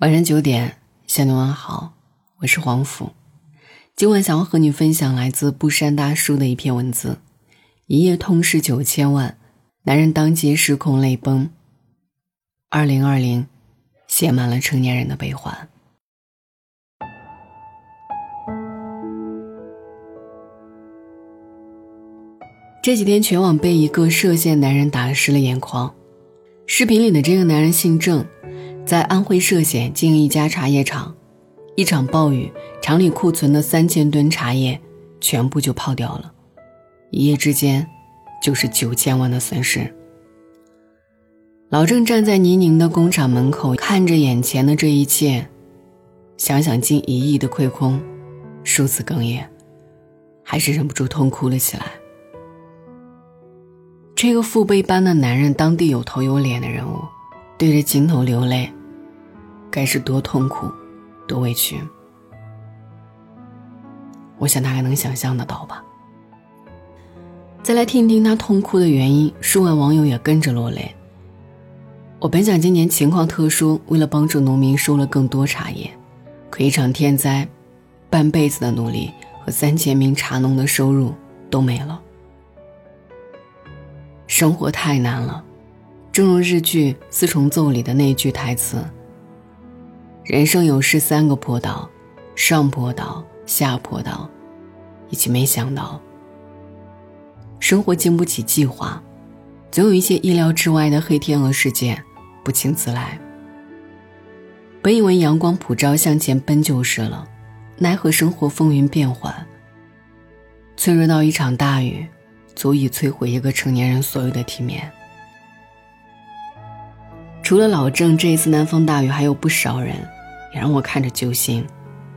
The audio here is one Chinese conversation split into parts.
晚上9点，向你问好，我是黄甫。今晚想要和你分享来自不山大叔的一篇文字，一夜痛失9000万，男人当街失控泪崩。2020写满了成年人的悲欢。这几天全网被一个涉县男人打湿了眼眶。视频里的这个男人姓郑，在安徽涉县经营一家茶叶厂，一场暴雨，厂里库存的3000吨茶叶全部就泡掉了，一夜之间就是9000万的损失。老郑站在泥泞的工厂门口，看着眼前的这一切，想想近1亿的亏空，数次哽咽，还是忍不住痛哭了起来。这个父辈般的男人，当地有头有脸的人物，对着镜头流泪，该是多痛苦多委屈。我想他还能想象得到吧。再来听听他痛哭的原因，数万网友也跟着落泪。我本想今年情况特殊，为了帮助农民收了更多茶叶，可一场天灾，半辈子的努力和3000名茶农的收入都没了。生活太难了，正如日剧《四重奏》里的那句台词，人生有时3个坡道，上坡道、下坡道，以及没想到。生活经不起计划，总有一些意料之外的黑天鹅事件不请自来。本以为阳光普照向前奔就是了，奈何生活风云变幻，脆弱到一场大雨足以摧毁一个成年人所有的体面。除了老郑，这一次南方大雨还有不少人也让我看着揪心。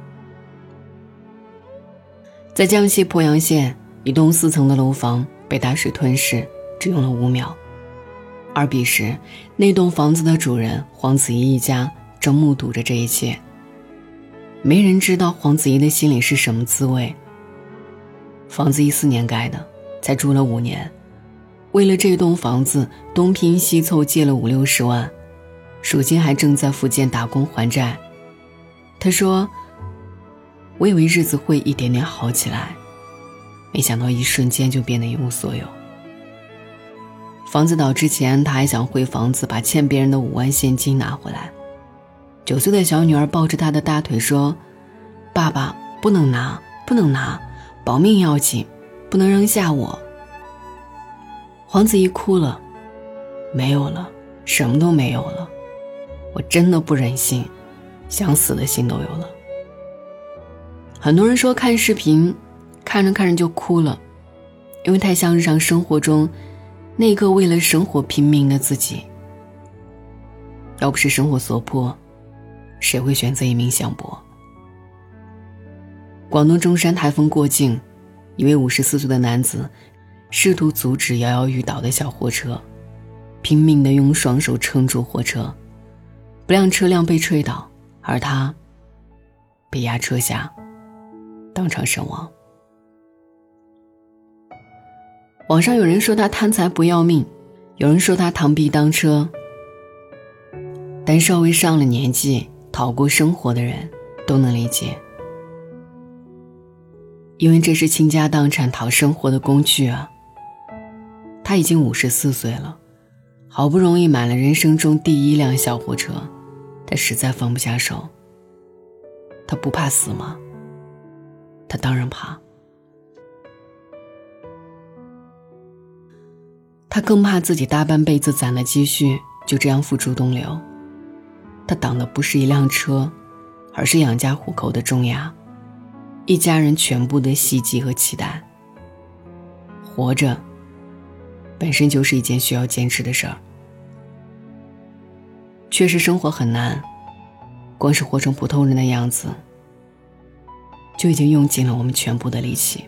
在江西鄱阳县，一栋4层的楼房被大水吞噬，只用了5秒。而彼时那栋房子的主人黄子怡一家正目睹着这一切，没人知道黄子怡的心里是什么滋味。房子14年盖的，才住了5年，为了这栋房子东拼西凑借了50-60万，如今还正在福建打工还债。他说，我以为日子会一点点好起来，没想到一瞬间就变得一无所有。房子倒之前，他还想回房子把欠别人的5万现金拿回来。9岁的小女儿抱着他的大腿说，爸爸，不能拿，不能拿，保命要紧，不能扔下我。黄子怡哭了，没有了，什么都没有了，我真的不忍心，想死的心都有了。很多人说看视频看着看着就哭了，因为太像日常生活中那个为了生活拼命的自己。要不是生活所迫，谁会选择一命相搏？广东中山台风过境，一位54岁的男子试图阻止摇摇欲倒的小货车，拼命地用双手撑住货车，不辆车辆被吹倒，而他被压车下，当场身亡。网上有人说他贪财不要命，有人说他螳臂当车，但稍微上了年纪讨过生活的人都能理解，因为这是倾家荡产讨生活的工具啊。他已经54岁了，好不容易买了人生中第1辆小货车，他实在放不下手。他不怕死吗？他当然怕。他更怕自己大半辈子攒的积蓄就这样付诸东流。他挡的不是一辆车，而是养家糊口的重压，一家人全部的希冀和期待。活着本身就是一件需要坚持的事儿。确实生活很难，光是活成普通人的样子就已经用尽了我们全部的力气。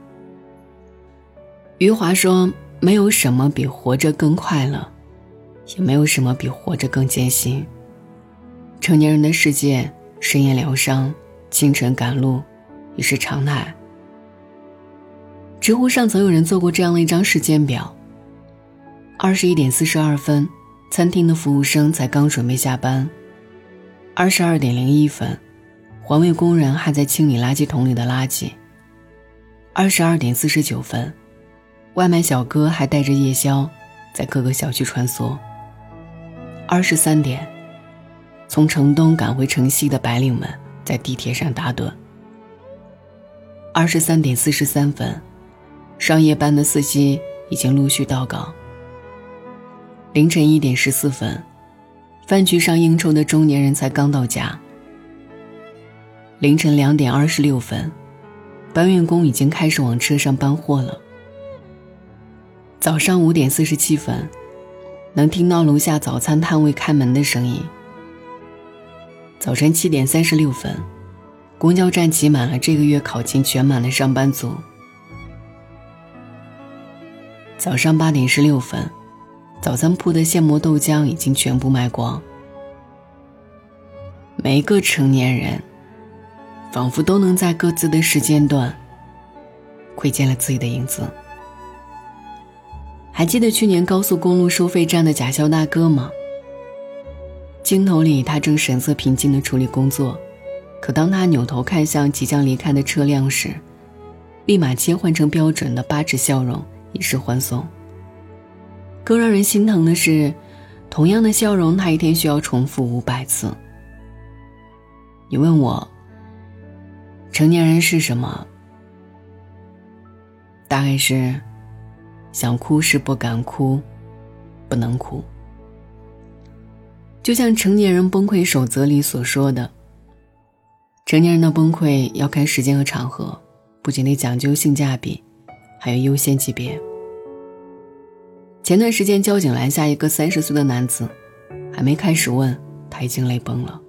余华说，没有什么比活着更快乐，也没有什么比活着更艰辛。成年人的世界，深夜疗伤，清晨赶路已是常态。知乎上曾有人做过这样的一张时间表，21点42分，餐厅的服务生才刚准备下班， 22:01，环卫工人还在清理垃圾桶里的垃圾。22:49，外卖小哥还带着夜宵在各个小区穿梭。23点，从城东赶回城西的白领们在地铁上打盹。23:43，上夜班的司机已经陆续到岗。凌晨1点14分，饭局上应酬的中年人才刚到家。凌晨2点26分，搬运工已经开始往车上搬货了。早上5点47分，能听到楼下早餐摊位开门的声音。早晨7点36分，公交站挤满了这个月考勤全满的上班族。早上8点16分，早餐铺的现磨豆浆已经全部卖光。每一个成年人仿佛都能在各自的时间段窥见了自己的影子。还记得去年高速公路收费站的贾肖大哥吗？镜头里他正神色平静地处理工作，可当他扭头看向即将离开的车辆时，立马切换成标准的8指笑容，以示欢送。更让人心疼的是，同样的笑容他一天需要重复500次。你问我成年人是什么？大概是想哭时不敢哭，不能哭。就像成年人崩溃守则里所说的，成年人的崩溃要看时间和场合，不仅得讲究性价比，还有优先级别。前段时间交警拦下一个30岁的男子，还没开始问，他已经泪崩了。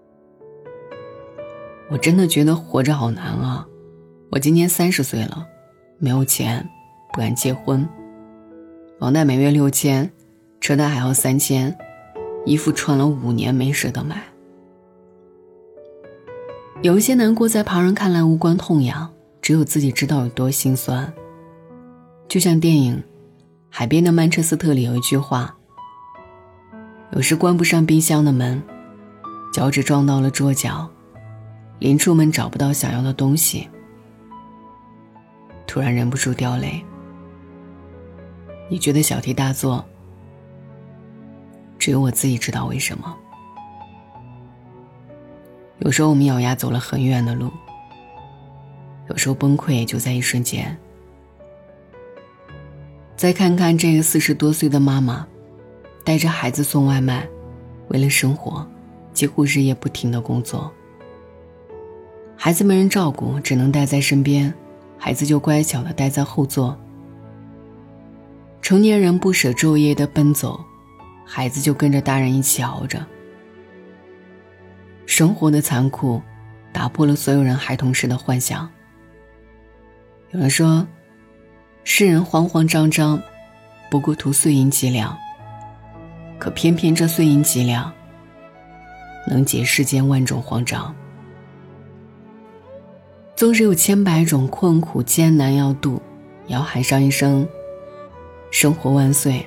我真的觉得活着好难啊！我今年30岁了，没有钱，不敢结婚，房贷每月6000，车贷还要3000，衣服穿了5年没舍得买。有一些难过在旁人看来无关痛痒，只有自己知道有多心酸。就像电影《海边的曼彻斯特》里有一句话，有时关不上冰箱的门，脚趾撞到了桌角，临出门找不到想要的东西，突然忍不住掉泪。你觉得小题大做，只有我自己知道为什么。有时候我们咬牙走了很远的路，有时候崩溃也就在一瞬间。再看看这个40多岁的妈妈，带着孩子送外卖，为了生活几乎日夜不停的工作。孩子没人照顾，只能带在身边，孩子就乖巧地待在后座。成年人不舍昼夜的奔走，孩子就跟着大人一起熬着。生活的残酷打破了所有人孩童时的幻想。有人说，世人慌慌张张，不过图碎银几两，可偏偏这碎银几两能解世间万种慌张。纵使有千百种困苦艰难要度，也要喊上一声生活万岁。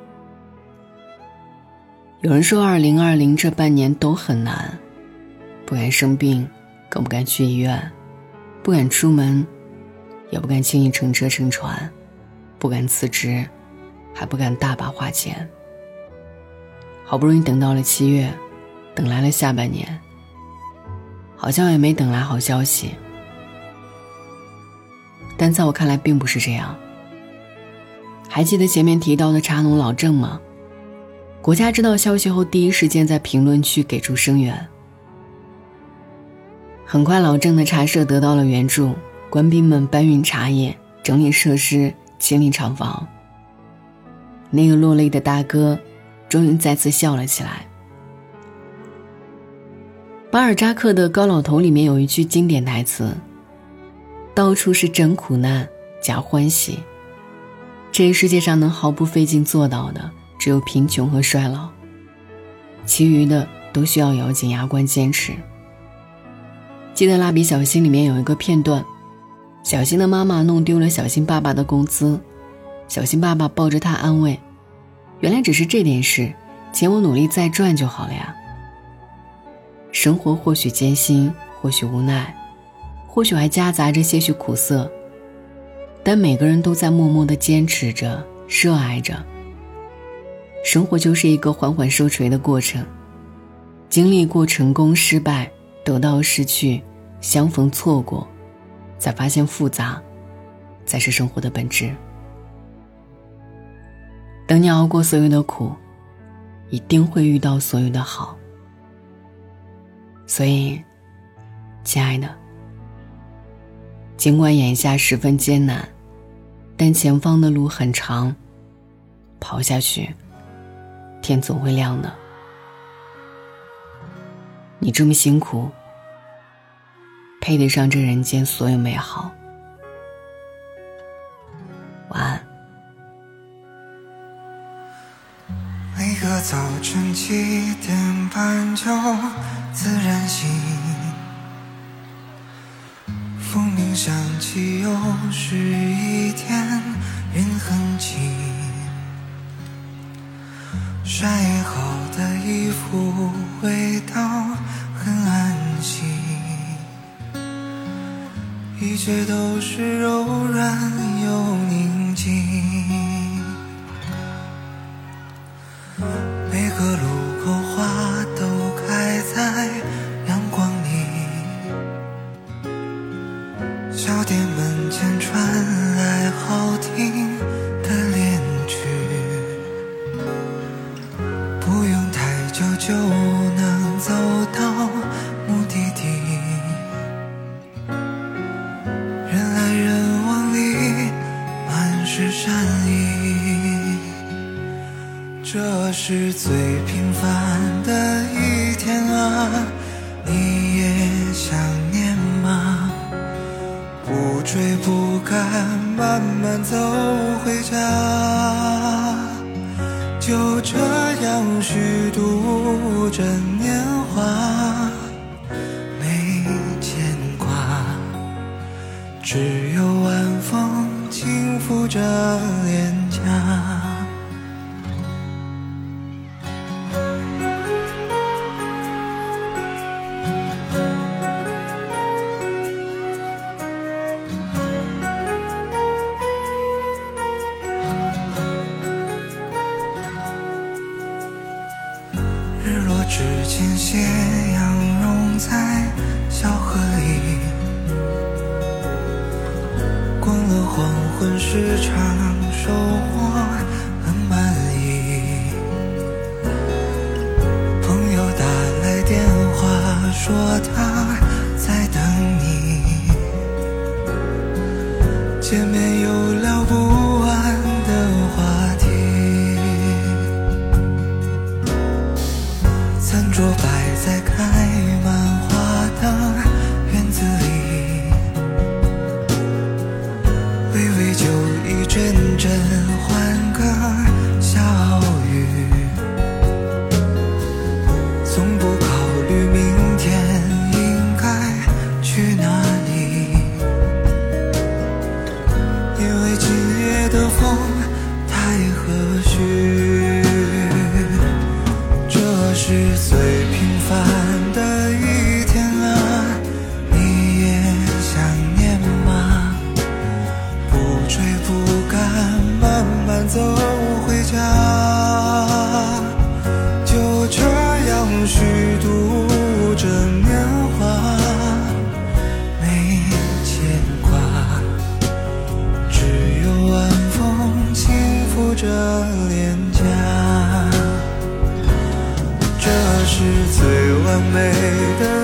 有人说2020这半年都很难，不敢生病，更不敢去医院，不敢出门，也不敢轻易乘车乘船，不敢辞职，还不敢大把花钱。好不容易等到了7月，等来了下半年，好像也没等来好消息。但在我看来并不是这样。还记得前面提到的茶农老郑吗？国家知道消息后第一时间在评论区给出声援。很快老郑的茶社得到了援助，官兵们搬运茶叶，整理设施，清理厂房。那个落泪的大哥终于再次笑了起来。巴尔扎克的《高老头》里面有一句经典台词，到处是真苦难假欢喜，这世界上能毫不费劲做到的只有贫穷和衰老，其余的都需要咬紧牙关坚持。记得蜡笔小新里面有一个片段，小新的妈妈弄丢了小新爸爸的工资，小新爸爸抱着他安慰，原来只是这点事，钱我努力再赚就好了呀。 生活或许艰辛，或许无奈，或许还夹杂着些许苦涩，但每个人都在默默地坚持着，热爱着。生活就是一个缓缓收垂的过程，经历过成功失败，得到失去，相逢错过，才发现复杂才是生活的本质。等你熬过所有的苦，一定会遇到所有的好。所以，亲爱的，尽管眼下十分艰难，但前方的路很长，跑下去，天总会亮的。你这么辛苦，配得上这人间所有美好。晚安。 每个早晨7点半就自然醒，风铃响起，又是一天，云很轻，晒好的衣服味道很安心，一切都是柔软又宁静，每个路口花都开在阳光里，小店门前传来好听的恋曲，不用太久就能走到目的地，人来人往里满是善意，这是最平凡的一天啊，你也想念吗？不追不赶，慢慢走回家，就这样虚度着年华，没牵挂，只有晚风轻拂着脸颊。日落之前，斜阳融在小河里，逛了黄昏市场，收获很满意。朋友打来电话说他在等你，见面有聊不完的话题，餐桌摆在开满花的院子里，微微酒意阵阵欢歌笑语，从不考虑明天应该去哪里，因为今夜的风太和煦，这是最平凡的一天啊，你也想念吗？不追不赶，慢慢走回家，就这样虚度着年华，没牵挂，只有晚风轻拂着脸颊，这是最完美的